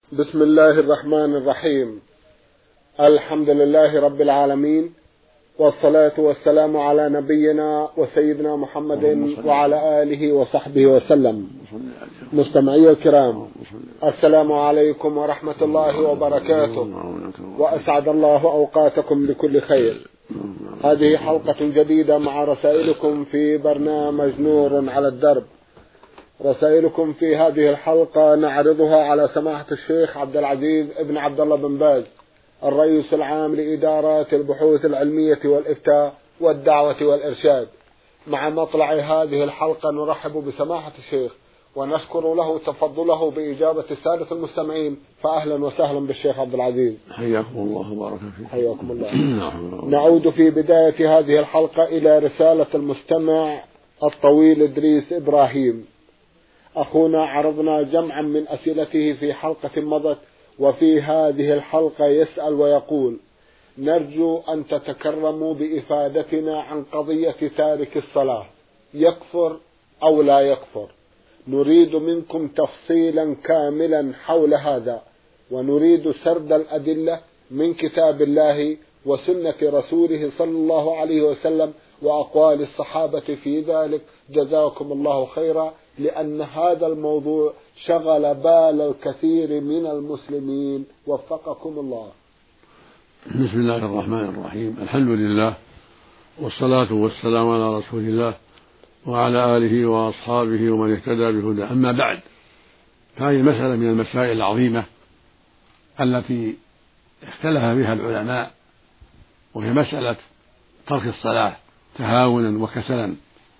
بسم الله الرحمن الرحيم. الحمد لله رب العالمين، والصلاة والسلام على نبينا وسيدنا محمد وعلى آله وصحبه وسلم. مستمعي الكرام، السلام عليكم ورحمة الله وبركاته، وأسعد الله أوقاتكم بكل خير. هذه حلقة جديدة مع رسائلكم في برنامج نور على الدرب. رسائلكم في هذه الحلقة نعرضها على سماحة الشيخ عبد العزيز ابن عبد الله بن باز، الرئيس العام لإدارات البحوث العلمية والإفتاء والدعوة والإرشاد. مع مطلع هذه الحلقة نرحب بسماحة الشيخ ونشكر له تفضله بإجابة السادة المستمعين، فأهلا وسهلا بالشيخ عبد العزيز. حياكم الله وبارك فيك. حياكم الله. نعود في بداية هذه الحلقة إلى رسالة المستمع الطويل إدريس إبراهيم. أخونا عرضنا جمعا من أسئلته في حلقة مضت، وفي هذه الحلقة يسأل ويقول: نرجو أن تتكرموا بإفادتنا عن قضية تارك الصلاة، يكفر أو لا يكفر؟ نريد منكم تفصيلا كاملا حول هذا، ونريد سرد الأدلة من كتاب الله وسنة رسوله صلى الله عليه وسلم وأقوال الصحابة في ذلك، جزاكم الله خيرا، لأن هذا الموضوع شغل بال الكثير من المسلمين، وفقكم الله. بسم الله الرحمن الرحيم. الحمد لله، والصلاة والسلام على رسول الله وعلى آله وأصحابه ومن اهتدى بهدى. أما بعد، فهذه مسألة من المسائل العظيمة التي اختلف بها العلماء، وهي مسألة ترك الصلاة تهاونا وكسلا،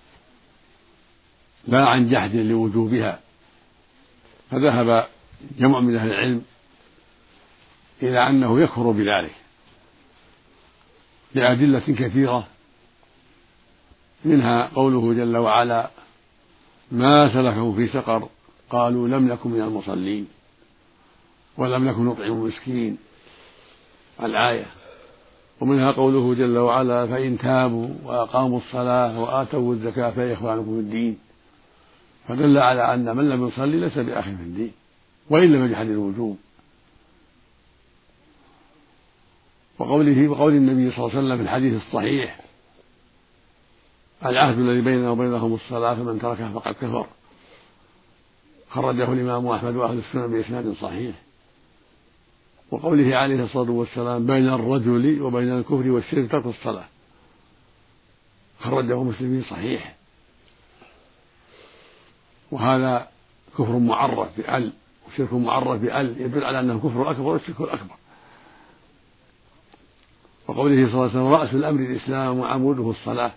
لا عن جحد لوجوبها. فذهب جمع من أهل العلم إلى أنه يكفر بذلك لأدلة كثيرة، منها قوله جل وعلا: ما سلكه في سقر قالوا لم نكن من المصلين ولم نكن نطعم المسكين، الآية. ومنها قوله جل وعلا: فإن تابوا وأقاموا الصلاة وآتوا الزكاة فإخوانكم في الدين. فدل على أن من لم يصلي ليس بأخ في الدين، وإن لم يجحد الوجوب. وقول النبي صلى الله عليه وسلم في الحديث الصحيح: العهد الذي بيننا وبينهم الصلاة فمن تركها فقد كفر، خرجه الإمام أحمد وأهل السنة بإسناد صحيح. وقوله عليه الصلاة والسلام: بين الرجل وبين الكفر والشرك ترك الصلاة، خرجه مسلم صحيح. وهذا كفر معرف بأل وشرك معرف بأل، يدل على أنه كفر أكبر والشرك الأكبر. وقوله صلى الله عليه وسلم: رأس الأمر الإسلام وعموده الصلاة،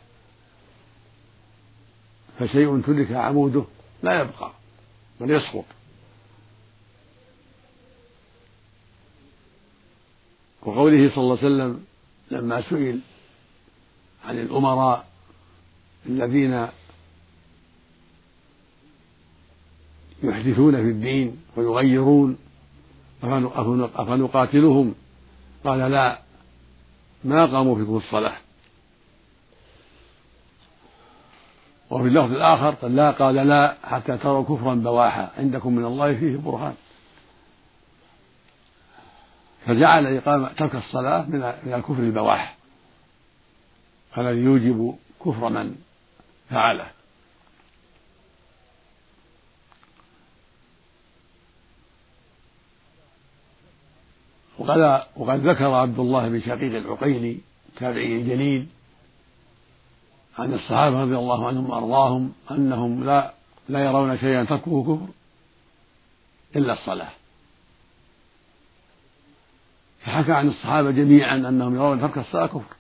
فشيء ترك عموده لا يبقى بل يسقط. وقوله صلى الله عليه وسلم لما سئل عن الأمراء الذين يحدثون في الدين ويغيرون أفنقاتلهم؟ قال: لا، ما قاموا فيكم الصلاة. وفي اللفظ الآخر قال: لا حتى تروا كفرا بواحا عندكم من الله فيه برهان. فجعل ترك الصلاة من الكفر البواح الذي يوجب كفر من فعله. وقد ذكر عبد الله بن شقيق العقيلي التابعي الجليل عن الصحابة رضي الله عنهم وأرضاهم أنهم لا يرون شيئا تركه كفر إلا الصلاة. فحكى عن الصحابة جميعا أنهم يرون ترك الصلاة كفر،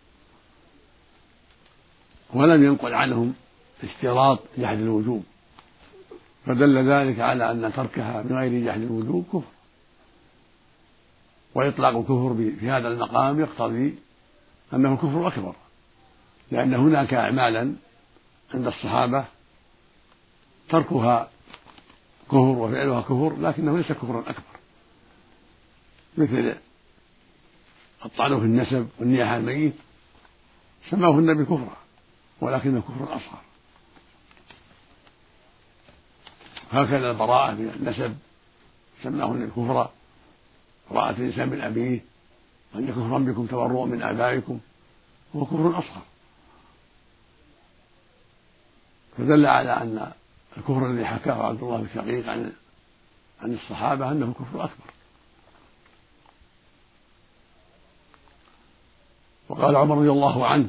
ولم ينقل عنهم اشتراط جحد الوجوب، فدل ذلك على أن تركها من غير جحد الوجوب كفر. وإطلاق الكفر في هذا المقام يقتضي أنه كفر أكبر، لأن هناك أعمالا عند الصحابة تركها كفر وفعلها كفر، لكنه ليس كفرا أكبر، مثل الطعن في النسب والنياحة على الميت، سماه النبي كفرا ولكنه كفر أصغر. هكذا البراءة من النسب سماه النبي كفرا براءة الإنسان من أبيه، وأن كفرا بكم تبرؤا من آبائكم، هو كفر أصغر. فدل على أن الكفر الذي حكاه عبد الله بن شقيق عن الصحابة أنه كفر أكبر. وقال عمر رضي الله عنه: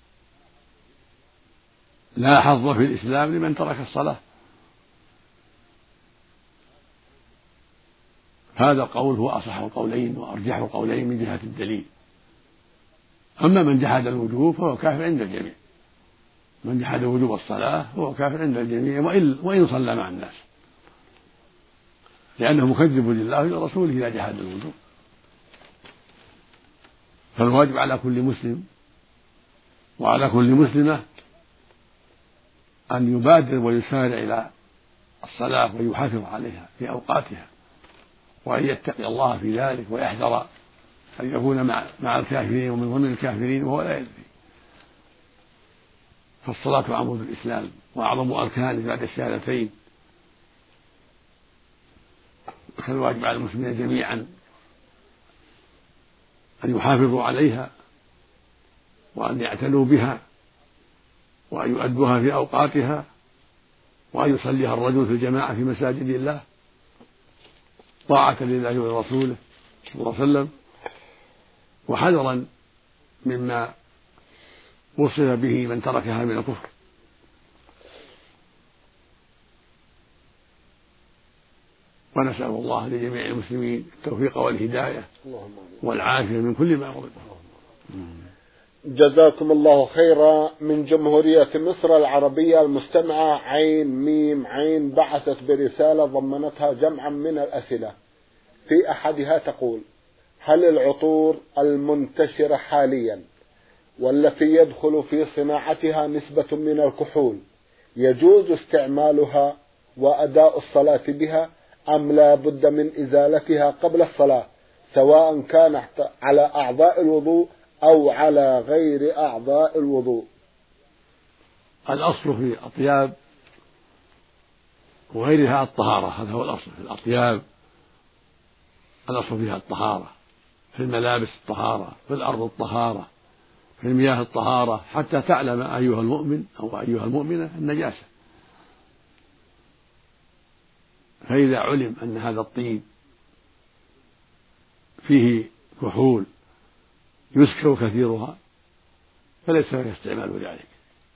لا حظ في الإسلام لمن ترك الصلاة. هذا القول هو أصح القولين وأرجح القولين من جهة الدليل. أما من جحد الوجوب فهو كافر عند الجميع، من جحد وجوب الصلاة فهو كافر عند الجميع وإن صلى مع الناس، لأنه مكذب لله ولرسوله إذا جحد الوجوب. فالواجب على كل مسلم وعلى كل مسلمة أن يبادر ويسارع إلى الصلاة ويحافظ عليها في أوقاتها، وأن يتقي الله في ذلك ويحذر أن يكون مع الكافرين ومن ضمن الكافرين وهو لا يدري. فالصلاة عمود الإسلام وأعظم أركانه بعد الشهادتين، فالواجب على المسلمين جميعا أن يحافظوا عليها وأن يعتنوا بها وأن يؤدوها في أوقاتها، وأن يصليها الرجل في الجماعة في مساجد الله طاعة لله ولرسوله صلى الله عليه وسلم، وحذرا مما وصف به من تركها من الكفر. ونسأل الله لجميع المسلمين التوفيق والهداية والعافية من كل ما يغضبه. جزاكم الله خيرا. من جمهورية مصر العربية المستمعة عين ميم عين بعثت برسالة ضمنتها جمعا من الأسئلة. في أحدها تقول: هل العطور المنتشرة حاليا والتي يدخل في صناعتها نسبة من الكحول يجوز استعمالها وأداء الصلاة بها أم لا بد من إزالتها قبل الصلاة، سواء كان على أعضاء الوضوء أو على غير أعضاء الوضوء؟ الأصل في الأطياب وغيرها الطهارة، هذا هو الأصل في الأطياب. الأصل فيها الطهارة، في الملابس الطهارة، في الأرض الطهارة، في المياه الطهارة، حتى تعلم أيها المؤمن أو أيها المؤمنة النجاسة. فإذا علم أن هذا الطيب فيه كحول يسكر كثيرها فليس له استعمال ذلك،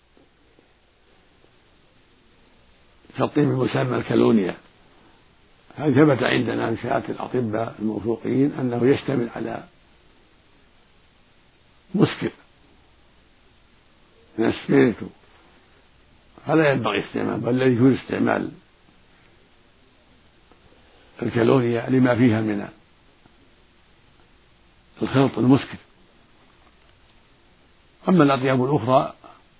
كالطيب المسمى الكالونيا. هذا ثبت عندنا من شهادة الأطباء الموثوقين أنه يشتمل على مسكر من السبيرتو، فلا ينبغي استعمال، بل الذي يجوز استعمال الكالونيا لما فيها من الخلط المسكر. أما الأطياب الأخرى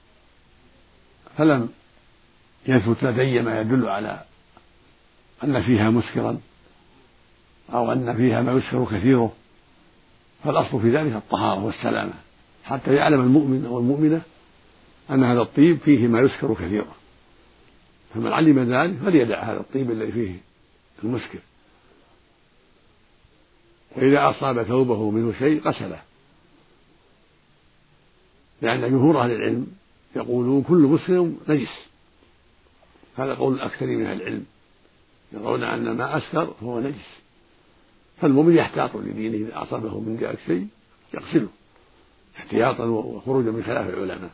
فلم يثبت لدي ما يدل على أن فيها مسكرا أو أن فيها ما يسكر كثيره، فالأصل في ذلك الطهارة والسلامة، حتى يعلم المؤمن أو المؤمنة أن هذا الطيب فيه ما يسكر كثيره، فمن علم ذلك فليدع هذا الطيب الذي فيه المسكر. وإذا أصاب ثوبه منه شيء غسله، لأن جمهور أهل العلم يقولون كل مسلم نجس، هذا قول الأكثر من أهل العلم، يرون أن ما أسكر فهو نجس، فالمؤمن يحتاط لدينه إذا أصابه من ذلك شيء يغسله احتياطا وخروجا من خلاف العلماء.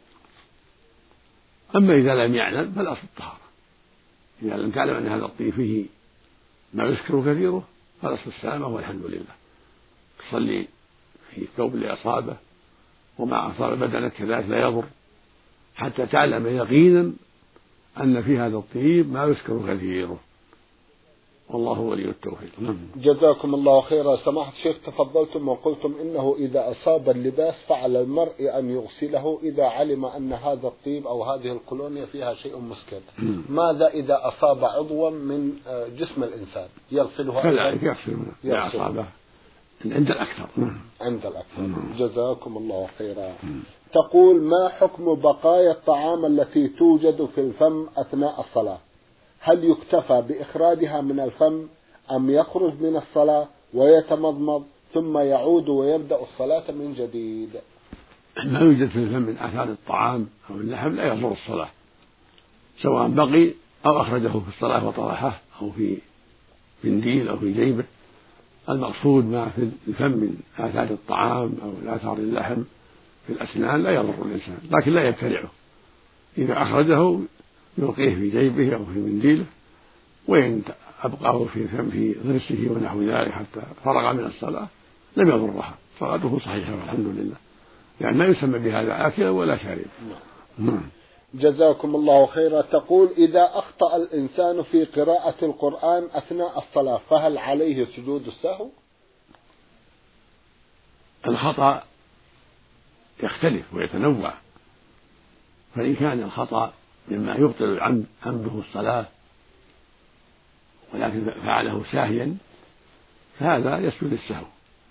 أما إذا لم يعلم فالأصل الطهارة، إذا لم تعلم أن هذا الطيب فيه ما يسكر كثيره فالأصل السلامة والحمد لله. تصلي في الثوب اللي أصابه وما أصاب بدنك كذلك لا يضر، حتى تعلم يقينا أن في هذا الطيب ما يسكر كثيره، والله ولي التوفيق. جزاكم الله خيرا. سماحة الشيخ، تفضلتم وقلتم إنه إذا أصاب اللباس فعلى المرء أن يغسله إذا علم أن هذا الطيب أو هذه الكولونيا فيها شيء مسكر. ماذا إذا أصاب عضوا من جسم الإنسان يغسله؟ كذلك يغسل إذا أصابه عند الأكثر. عند الأكثر. جزاكم الله خيرا. تقول: ما حكم بقايا الطعام التي توجد في الفم أثناء الصلاة؟ هل يكتفى بإخراجها من الفم أم يخرج من الصلاة ويتمضمض ثم يعود ويبدأ الصلاة من جديد. ما يوجد في الفم من آثار الطعام أو اللحم لا يضر الصلاة، سواء بقي أو أخرجه في الصلاة وطرحه أو في منديل أو في جيبه. المقصود ما في الفم من آثار الطعام أو آثار اللحم في الأسنان لا يضر الإنسان، لكن لا يبتلعه. إذا أخرجه يلقيه في جيبه أو في منديله، وإن أبقاه في فم في ضرسه ونحو ذلك حتى فرغ من الصلاة لم يضرها، صلاته صحيحة والحمد لله، يعني ما يسمى بهذا آكلا ولا شاربا. جزاكم الله خيرا. تقول: إذا أخطأ الإنسان في قراءة القرآن أثناء الصلاة فهل عليه سجود السهو؟ الخطأ يختلف ويتنوع، فإن كان الخطأ مما يبطل عمده الصلاة ولكن فعله ساهيا فهذا يسجد السهو.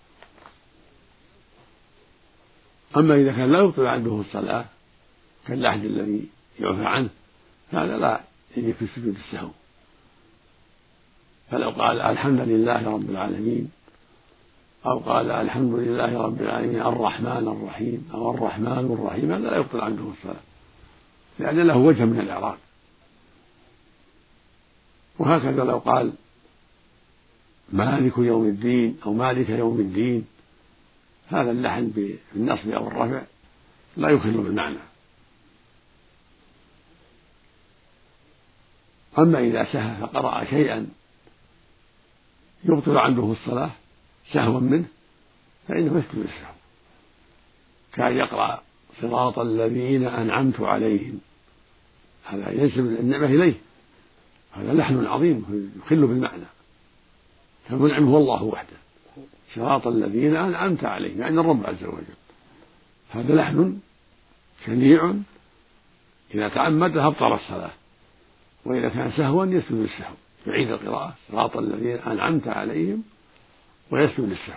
أما إذا كان لا يبطل عنده الصلاة كاللحد الذي يعفى عنه هذا لا يجب في سجود السهو. فلو قال الحمد لله رب العالمين أو قال الحمد لله رب العالمين الرحمن الرحيم أو الرحمن الرحيم هذا لا يبطل عنده الصلاة، لأن له وجه من الإعراب. وهكذا لو قال مالك يوم الدين أو مالك يوم الدين، هذا اللحن بالنصب أو الرفع لا يخل بالمعنى. أما إذا سهى فقرأ شيئا يبطل عنده الصلاة سهوا منه فإنه يسجد السهو، كان يقرأ صراط الذين أنعمت عليهم، هذا ينسب النعمة إليه، هذا لحن عظيم يخل بالمعنى، فالمنعم هو الله وحده، صراط الذين أنعمت عليهم يعني الرب عز وجل، هذا لحن شنيع إذا تعمدها أبطل الصلاة، وإذا كان سهوا يسجد السهو، يعيد القراءة صراط الذين أنعمت عليهم ويسجد السهو.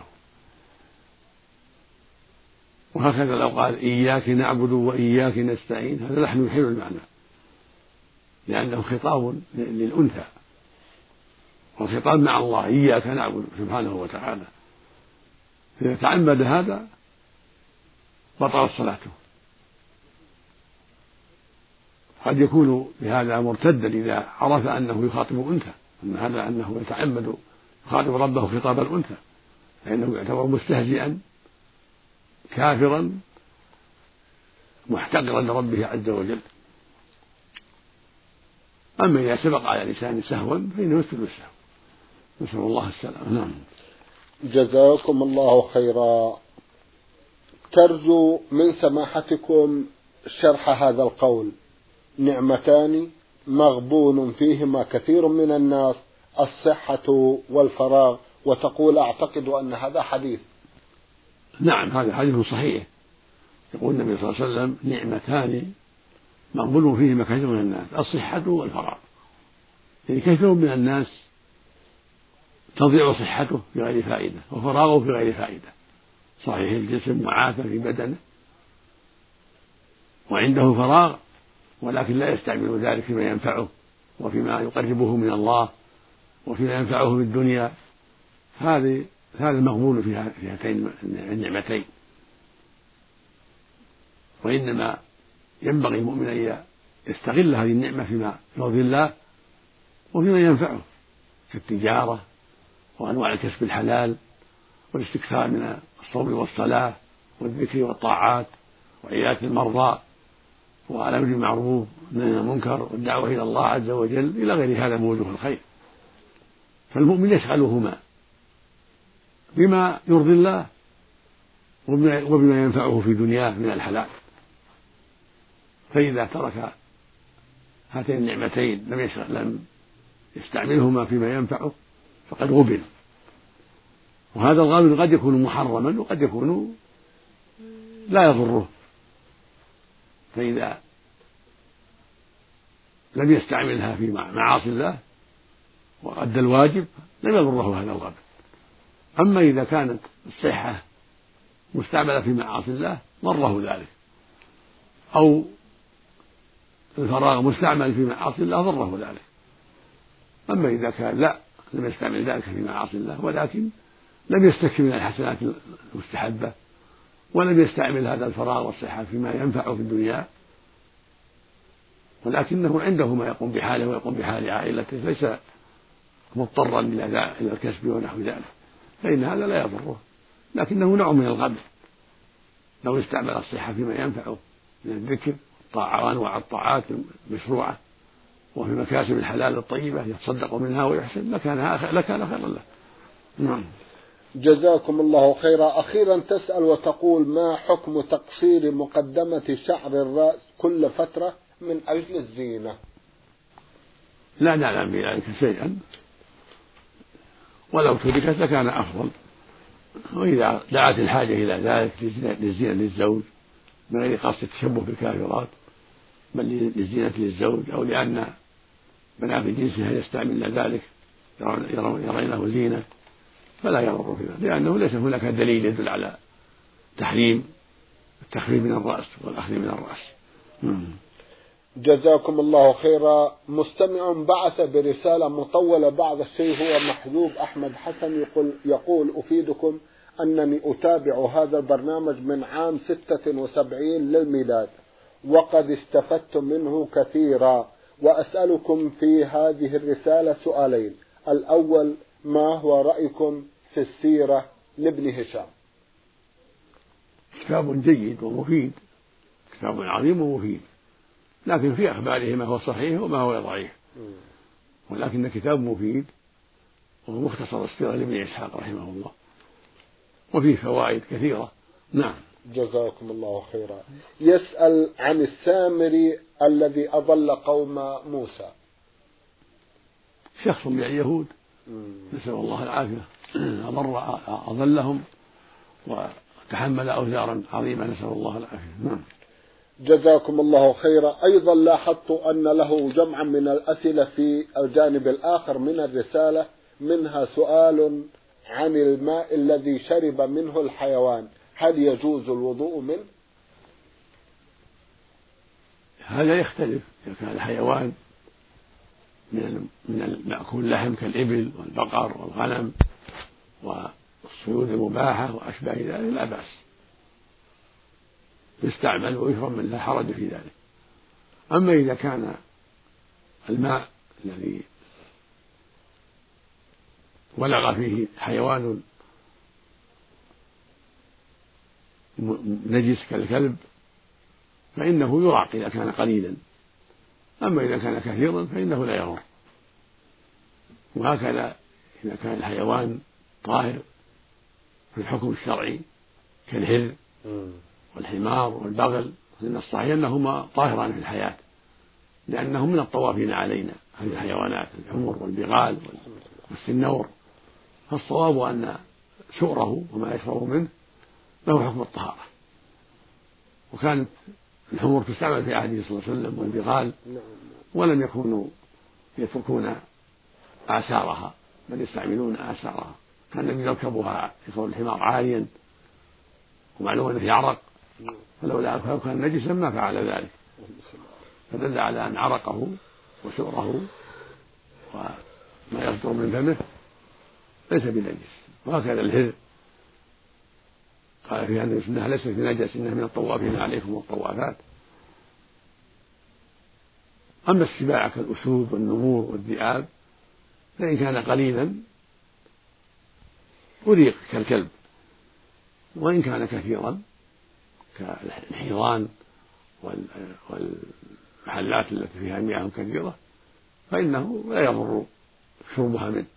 وهكذا لو قال إياك نعبد وإياك نستعين هذا لحن يحيل المعنى، لأنه خطاب للأنثى، والخطاب مع الله إياك نعبد سبحانه وتعالى، إذا تعمد هذا بطلت صلاته. قد يكون بهذا مرتدا إذا عرف أنه يخاطب أنثى، أن هذا أنه يتعمد يخاطب ربه خطاب الأنثى، فإنه يعتبر مستهزئا كافرا محتقرا لربه عز وجل. أما إذا سبق على لسان سهوا فإنه يسجد السهو، نسأل الله السلامة. نعم. جزاكم الله خيرا. ترجو من سماحتكم شرح هذا القول: نعمتان مغبون فيهما كثير من الناس، الصحة والفراغ، وتقول أعتقد أن هذا حديث. نعم هذا حديث صحيح، يقول النبي صلى الله عليه وسلم نعمتان مغبون فيهما كثير من الناس، الصحة والفراغ، يعني كثير من الناس تضيع صحته في غير فائدة وفراغه في غير فائدة، صحيح الجسم وعافى في بدنه وعنده فراغ ولكن لا يستعمل ذلك فيما ينفعه وفيما يقربه من الله وفيما ينفعه في الدنيا. هذا المغبون في هاتين النعمتين. وإنما ينبغي المؤمن أن يستغل هذه النعمة فيما يرضي الله وفيما ينفعه كالتجارة وأنواع الكسب الحلال والاستكثار من الصوم والصلاة والذكر والطاعات وعيادة المرضى والأمر بالمعروف والنهي عن المنكر والدعوة إلى الله عز وجل إلى غير هذا من وجوه الخير. فالمؤمن يشغلهما بما يرضي الله وبما ينفعه في دنياه من الحلال، فإذا ترك هاتين النعمتين لم يستعملهما فيما ينفعه فقد غبن. وهذا الغبن قد يكون محرما وقد يكون لا يضره، فإذا لم يستعملها في معاصي الله وأدى الواجب لم يضره هذا الغبن. أما إذا كانت الصحة مستعملة في معاصي الله ضره ذلك، أو الفراغ مستعمل في معاصي الله ضره ذلك. أما إذا كان لا لم يستعمل ذلك في معاصي الله ولكن لم يستكفي من الحسنات المستحبة، ولم يستعمل هذا الفراغ والصحة فيما ينفعه في الدنيا، ولكنه عنده ما يقوم بحاله ويقوم بحال عائلته، ليس مضطرا إلى الكسب ونحو ذلك، فإن هذا لا يضره، لكنه نوع من الغبن لو استعمل الصحة فيما ينفعه من الذكر وأنواع الطاعات المشروعة وفي مكاسب الحلال الطيبة يتصدق منها ويحسن لكان خيرا له. نعم. جزاكم الله خيرا. أخيرا تسأل وتقول: ما حكم تقصير مقدمة شعر الرأس كل فترة من أجل الزينة؟ لا نعلم بذلك شيئا، ولو تركت لكان أفضل، وإذا دعت الحاجة إلى ذلك للزينة للزوج من غير قصد التشبه بالكافرات بل للزينة للزوج، أو لأن بنات جنسها يستعملن ذلك يرينه زينة، فلا يضر في ذلك، لأنه ليس هناك دليل يدل على تحريم التخفيف من الرأس والأخذ من الرأس. جزاكم الله خيرا. مستمع بعث برسالة مطولة بعض الشيء، هو محجوب أحمد حسن، يقول: أفيدكم أنني أتابع هذا البرنامج من عام 76 للميلاد، وقد استفدت منه كثيرا، وأسألكم في هذه الرسالة سؤالين. الأول: ما هو رأيكم في السيرة لابن هشام؟ كتاب جيد ومفيد، كتاب عظيم ومفيد، لكن في أخباره ما هو صحيح وما هو ضعيف، ولكن كتاب مفيد وهو مختصر السيرة لابن إسحاق رحمه الله، وفيه فوائد كثيرة. نعم. جزاكم الله خيرا. يسأل عن السامري الذي أضل قوم موسى. شخص من اليهود نسأل الله العافية، أضلهم وتحمل أوزارا عظيمة، نسأل الله العافية. نعم. جزاكم الله خيرا. أيضا لاحظت أن له جمعا من الأسئلة في الجانب الآخر من الرسالة، منها سؤال عن الماء الذي شرب منه الحيوان، هل يجوز الوضوء منه؟ هذا يختلف، إذا كان الحيوان من المأكول لحم كالإبل والبقر والغنم والصيود المباحة وأشباه ذلك لا بأس، يستعمل ويشرب منه لا حرج في ذلك. أما إذا كان الماء الذي ولغ فيه حيوان نجس كالكلب فإنه يراق إذا كان قليلا، أما إذا كان كثيرا فإنه لا يضر. وهكذا إذا كان الحيوان طاهر في الحكم الشرعي كالهر والحمار والبغل، فإن الصحيح أنهما طاهران في الحياة لأنهم من الطوافين علينا، هذه الحيوانات الحمر والبغال والسنور، فالصواب أن شؤره وما يشرب منه له حكم الطهارة. وكانت الحمر تستعمل في عهده صلى الله عليه وسلم والبغال، ولم يكونوا يتركون آثارها بل يستعملون آثارها، كان النبي يركبها يكون الحمار عاليا ومعلوم أنه يعرق، فلولا كان نجسا ما فعل ذلك، فدل على أن عرقه وشؤره وما يصدر من فمه ليس بنجس. وهكذا الهر قال فيها النبي إنها ليست بنجس، إنها من الطوافين عليكم والطوافات. أما السباع كالأسود والنمور والذئاب فإن كان قليلا أريق كالكلب، وإن كان كثيرا كالحيضان والمحلات التي فيها مياه كثيرة فإنه لا يضر شربها منه،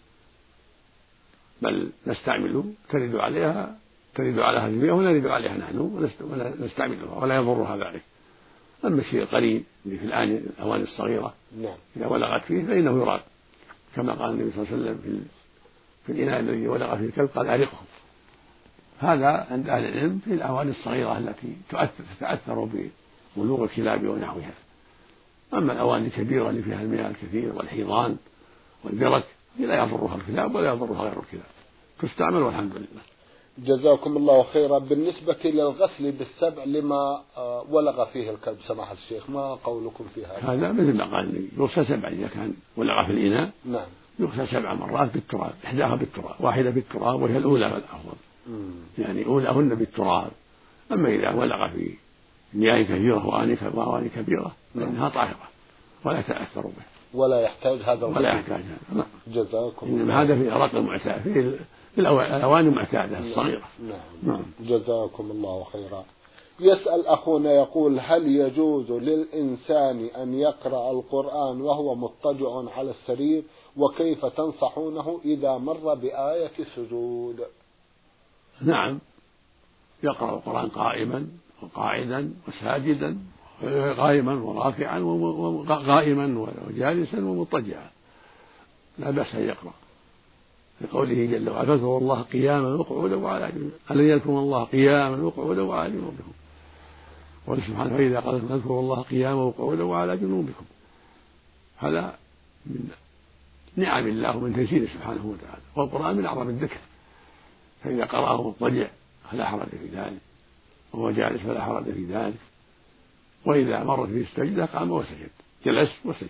بل نستعمل ترد عليها المياه ونرد عليها نحن ونستعملها ولا يضرها ذلك. أما الشيء القليل اللي في الأواني الصغيرة إذا ولغت فيه فإنه يراد، كما قال النبي صلى الله عليه وسلم في الإناء الذي ولغ فيه الكلب قال أرقه. هذا عند أهل العلم في الأواني الصغيرة التي تتأثر ببلوغ الكلاب ونحوها. أما الأواني الكبيرة اللي فيها المياه الكثير والحيضان والبرك لا يضرها الكلاب ولا يضرها غير الكلاب، تستعمل والحمد لله. جزاكم الله خيرا. بالنسبة للغسل بالسبع لما ولغ فيه الكلب سماحة الشيخ، ما قولكم في هذا؟ هذا مثل ما قال لي يغسل 7 إذا كان ولغ في الإناء. نعم. يغسل 7 مرات بالتراب، إحداها بالتراب، واحدة بالتراب وهي الأولى والأفضل، يعني أولاهن بالتراب. أما إذا ولغ في مياه كثيرة وأواني كبيرة فإنها طاهرة ولا تأثر به ولا يحتاج هذا ولا يحتاج هذا. جزاكم إنما هذا في أرق المعتاد، في الأواني المعتادة الصغيرة. نعم. جزاكم الله خيرا. يسأل أخونا يقول: هل يجوز للإنسان أن يقرأ القرآن وهو مضطجع على السرير؟ وكيف تنصحونه إذا مر بآية السجود؟ نعم، يقرأ القرآن قائما وقاعدا وساجدا، قائما وراكعا وقائما وجالسا ومضطجعا، لا بأس أن يقرأ، لقوله جل وعلا: فاذكروا الله قياما وقعودا وعلى جنوبهم. ألن يذكروا الله قياما وقعودا وعلى جنوبهم؟ قال سبحانه: فإذا قال فاذكروا الله قياما وقعودا وعلى جنوبكم. هذا من نعم الله ومن تيسيره سبحانه وتعالى، والقرآن من أعظم الذكر، فإذا قرأه مضطجع فلا حرج في ذلك، وهو جالس فلا حرج في ذلك، وإذا مرت به السجدة قام وسجد، جلس وسجد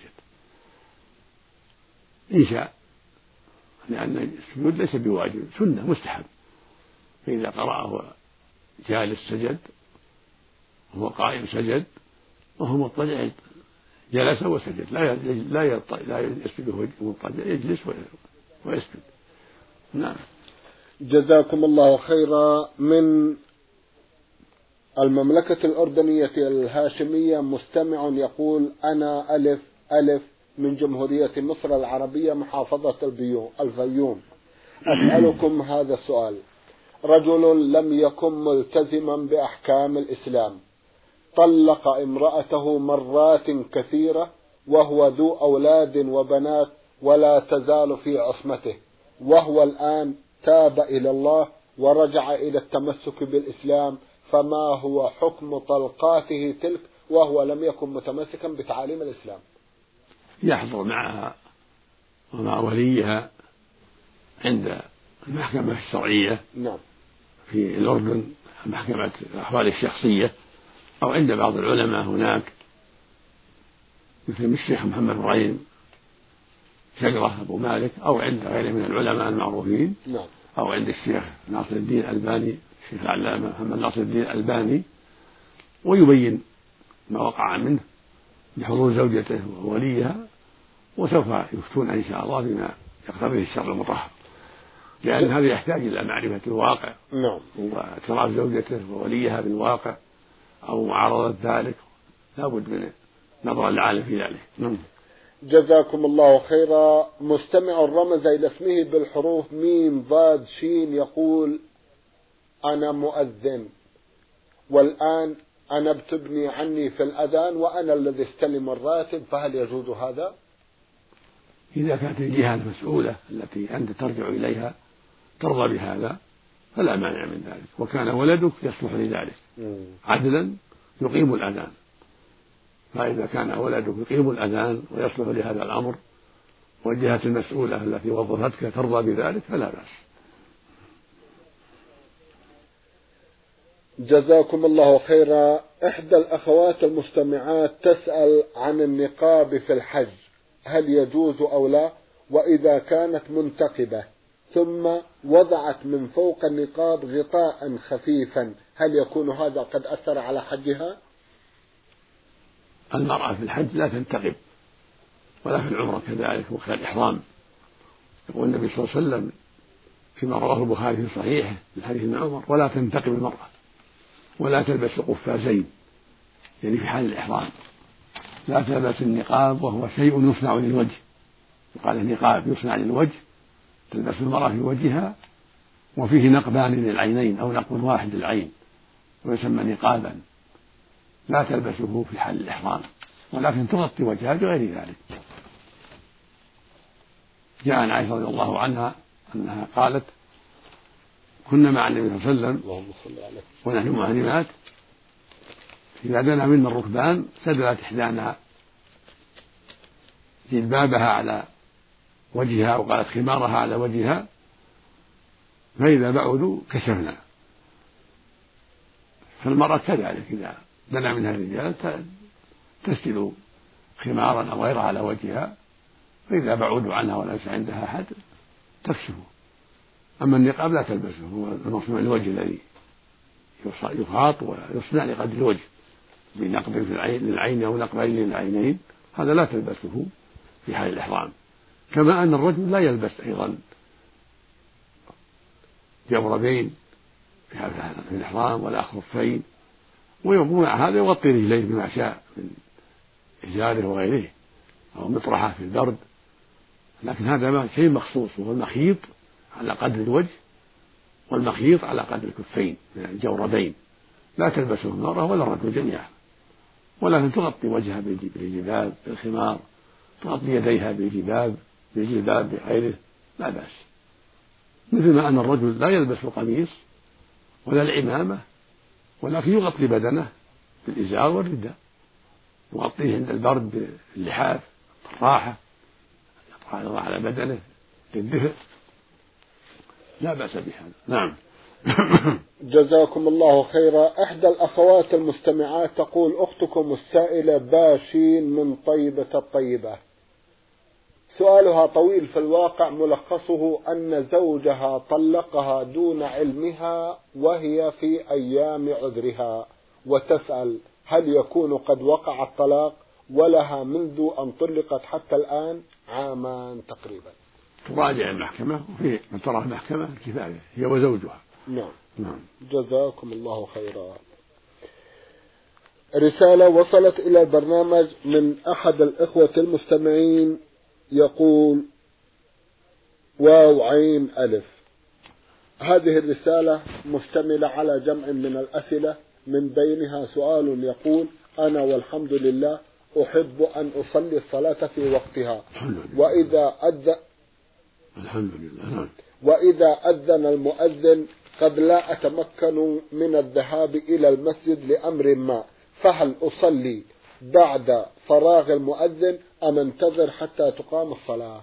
إن شاء، لأن السجود ليس بواجب، سنة مستحب، فإذا قرأه جالس سجد، وهو قائم سجد، وهو مضطجع جلس وسجد، لا يسجد وهو مضطجع، يجلس ويسجد. نعم. جزاكم الله خيرا. من المملكة الأردنية الهاشمية مستمع يقول: أنا ألف من جمهورية مصر العربية محافظة الفيوم، أسألكم هذا السؤال: رجل لم يكن ملتزما بأحكام الإسلام، طلق امرأته مرات كثيرة وهو ذو أولاد وبنات ولا تزال في عصمته، وهو الآن تاب إلى الله ورجع إلى التمسك بالإسلام، فما هو حكم طلقاته تلك وهو لم يكن متمسكا بتعاليم الإسلام؟ يحضر معها ومع وليها عند المحكمة الشرعية نعم في الأردن، محكمة الأحوال الشخصية، أو عند بعض العلماء هناك مثل الشيخ محمد إبراهيم شقرة أبو مالك، أو عند غيره من العلماء المعروفين، نعم. أو عند الشيخ ناصر الدين الألباني، الشيخ العلامة محمد ناصر الدين الألباني، ويبين ما وقع منه بحضور زوجته ووليها، وسوف يفتون إن شاء الله بما يقتضيه الشرع المطهر، لأن هذا يحتاج إلى معرفة الواقع، نعم، واعتراف زوجته ووليها بالواقع أو معارضة ذلك، لا بد من نظر العالم في ذلك. نعم. جزاكم الله خيرا. مستمع رمز إلى اسمه بالحروف ميم ضاد شين يقول: أنا مؤذن، والآن أنا بتبني عني في الأذان وأنا الذي استلم الراتب، فهل يجوز هذا؟ إذا كانت الجهة المسؤولة التي أنت ترجع إليها ترضى بهذا فلا مانع من ذلك، وكان ولدك يصلح لذلك عدلا يقيم الأذان، فإذا كان ولدك يقيم الأذان ويصلح لهذا الأمر والجهة المسؤولة التي وظفتك ترضى بذلك فلا بأس. جزاكم الله خيرا. إحدى الأخوات المستمعات تسأل عن النقاب في الحج، هل يجوز أو لا؟ وإذا كانت منتقبة ثم وضعت من فوق النقاب غطاء خفيفا، هل يكون هذا قد أثر على حجها؟ المرأة في الحج لا تنتقب، ولا في العمرة كذلك وقت الإحرام. يقول النبي صلى الله عليه وسلم فيما رواه البخاري في صحيحه من حديث ابن عمر: ولا تنتقب المرأة ولا تلبس قفازين، يعني في حال الإحرام لا تلبس النقاب وهو شيء يصنع للوجه، يقال النقاب يصنع للوجه، تلبس المرأة في وجهها وفيه نقبان للعينين أو نقب واحد للعين ويسمى نقابا، لا تلبسه في حال الإحرام، ولكن تغطي وجهها بغير ذلك. جاء عن عائشة رضي الله عنها أنها قالت: كنا مع النبي صلى الله عليه وسلم ونحن محرمات، إذا دنا منا الركبان سدلت إحدانا جلبابها على وجهها أو قالت خمارها على وجهها، فإذا بعدوا كشفنا. فالمرأة كذلك إذا دنا منها الرجال تسدل خمارا أو غيرها على وجهها، فإذا بعدوا عنها وليس عندها أحد تكشفه. أما النقاب لا تلبسه، هو المصنوع الوجه الذي يخاط ويصنع لقدر الوجه بنقب في للعين أو نقبين للعينين، هذا لا تلبسه في حال الإحرام. كما أن الرجل لا يلبس أيضا جوربين في الإحرام ولا خفين، ومع هذا يغطي رجليه بما شاء من إزاره وغيره أو مطرحة في البرد، لكن هذا شيء مخصوص، وهو المخيط على قدر الوجه والمخيط على قدر الكفين من الجوربين، لا تلبسه المرأة ولا الرجل جميعا، ولكن تغطي وجهها بالجباب بالخمار، تغطي يديها بالجباب بغيره لا بأس. مثل ما أن الرجل لا يلبس قميص ولا العمامة، ولكن يغطي بدنه بالإزار والرداء، يغطيه عند البرد باللحاف الراحة يضع على بدنه للدفء، لا بأس بهذا. نعم. جزاكم الله خيرا. إحدى الأخوات المستمعات تقول: أختكم السائلة باشين من طيبة الطيبة، سؤالها طويل في الواقع، ملخصه أن زوجها طلقها دون علمها وهي في أيام عذرها، وتسأل هل يكون قد وقع الطلاق، ولها منذ أن طلقت حتى الآن عامان تقريبا. تراجع المحكمة، وفي من ترى المحكمة الكفاية هي وزوجها. نعم. جزاكم الله خيرا. رسالة وصلت إلى البرنامج من أحد الإخوة المستمعين يقول: واو عين ألف. هذه الرسالة مشتملة على جمع من الأسئلة، من بينها سؤال يقول: أنا والحمد لله أحب أن أصلي الصلاة في وقتها، وإذا أذن المؤذن قد لا أتمكن من الذهاب إلى المسجد لأمر ما، فهل أصلي بعد فراغ المؤذن أم انتظر حتى تقام الصلاة؟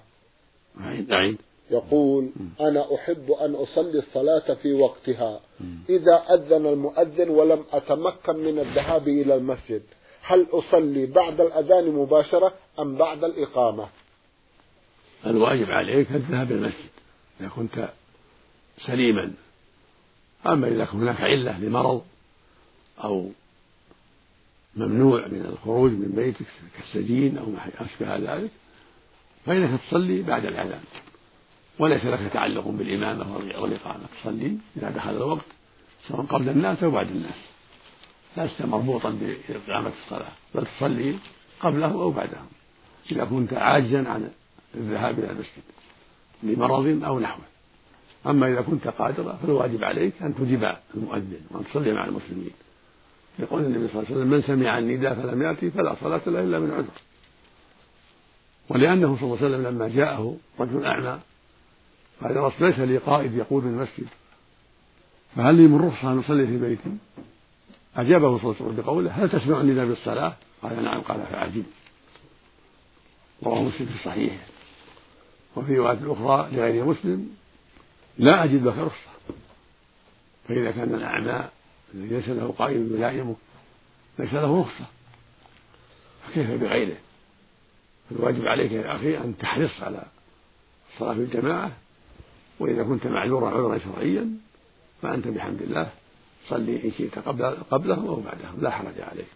يقول: أنا أحب أن أصلي الصلاة في وقتها، إذا أذن المؤذن ولم أتمكن من الذهاب إلى المسجد، هل أصلي بعد الأذان مباشرة أم بعد الإقامة؟ الواجب عليك الذهاب إلى المسجد إذا كنت سليما، أما إذا كان هناك علة لمرض أو ممنوع من الخروج من بيتك كالسجين أو ما أشبه ذلك، فإنك تصلي بعد الأذان، وليس لك تعلق بالإمامة والإقامة، تصلي إذا دخل الوقت سواء قبل الناس أو بعد الناس، لست مربوطا بإقامة الصلاة، بل تصلي قبله أو بعده إذا كنت عاجزا عن الذهاب إلى المسجد لمرض أو نحوه. أما إذا كنت قادرا فالواجب عليك أن تجيب المؤذن وأن تصلي مع المسلمين، يقول النبي صلى الله عليه وسلم: من سمع النداء فلم يأتي فلا صلاة له إلا من عذر. ولأنه صلى الله عليه وسلم لما جاءه رجل أعمى قال: يا رسول ليس لي قائد يقود المسجد، فهل لي من رخصة أن أصلي في بيتي؟ أجابه صلى الله عليه وسلم بقوله: هل تسمع النداء بالصلاة؟ قال: نعم. قال: فأعجب. رواه مسلم في صحيحه. وفي رواية أخرى لغير مسلم: لا أجد لك رخصة. فإذا كان الأعمى الذي ليس له قائد يلائمه ليس له رخصة، فكيف بغيره؟ فالواجب عليك يا أخي أن تحرص على الصلاة في الجماعة، وإذا كنت معذورا عذرا شرعيا فأنت بحمد الله صلي إن شئت قبله أو بعده، لا حرج عليك.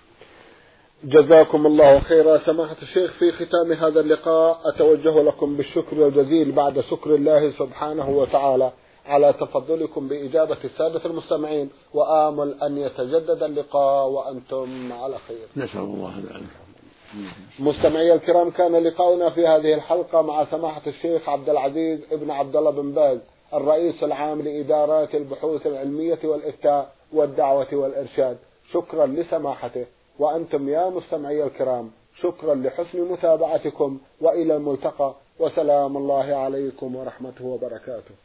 جزاكم الله خيرا. سماحة الشيخ، في ختام هذا اللقاء أتوجه لكم بالشكر الجزيل بعد شكر الله سبحانه وتعالى على تفضلكم بإجابة السادة المستمعين، وآمل أن يتجدد اللقاء وأنتم على خير. نسأل الله ذلك. مستمعي الكرام، كان لقاؤنا في هذه الحلقة مع سماحة الشيخ عبد العزيز ابن عبد الله بن باز، الرئيس العام لإدارات البحوث العلمية والإفتاء والدعوة والإرشاد. شكرا لسماحته، وأنتم يا مستمعي الكرام شكرا لحسن متابعتكم، وإلى الملتقى، وسلام الله عليكم ورحمته وبركاته.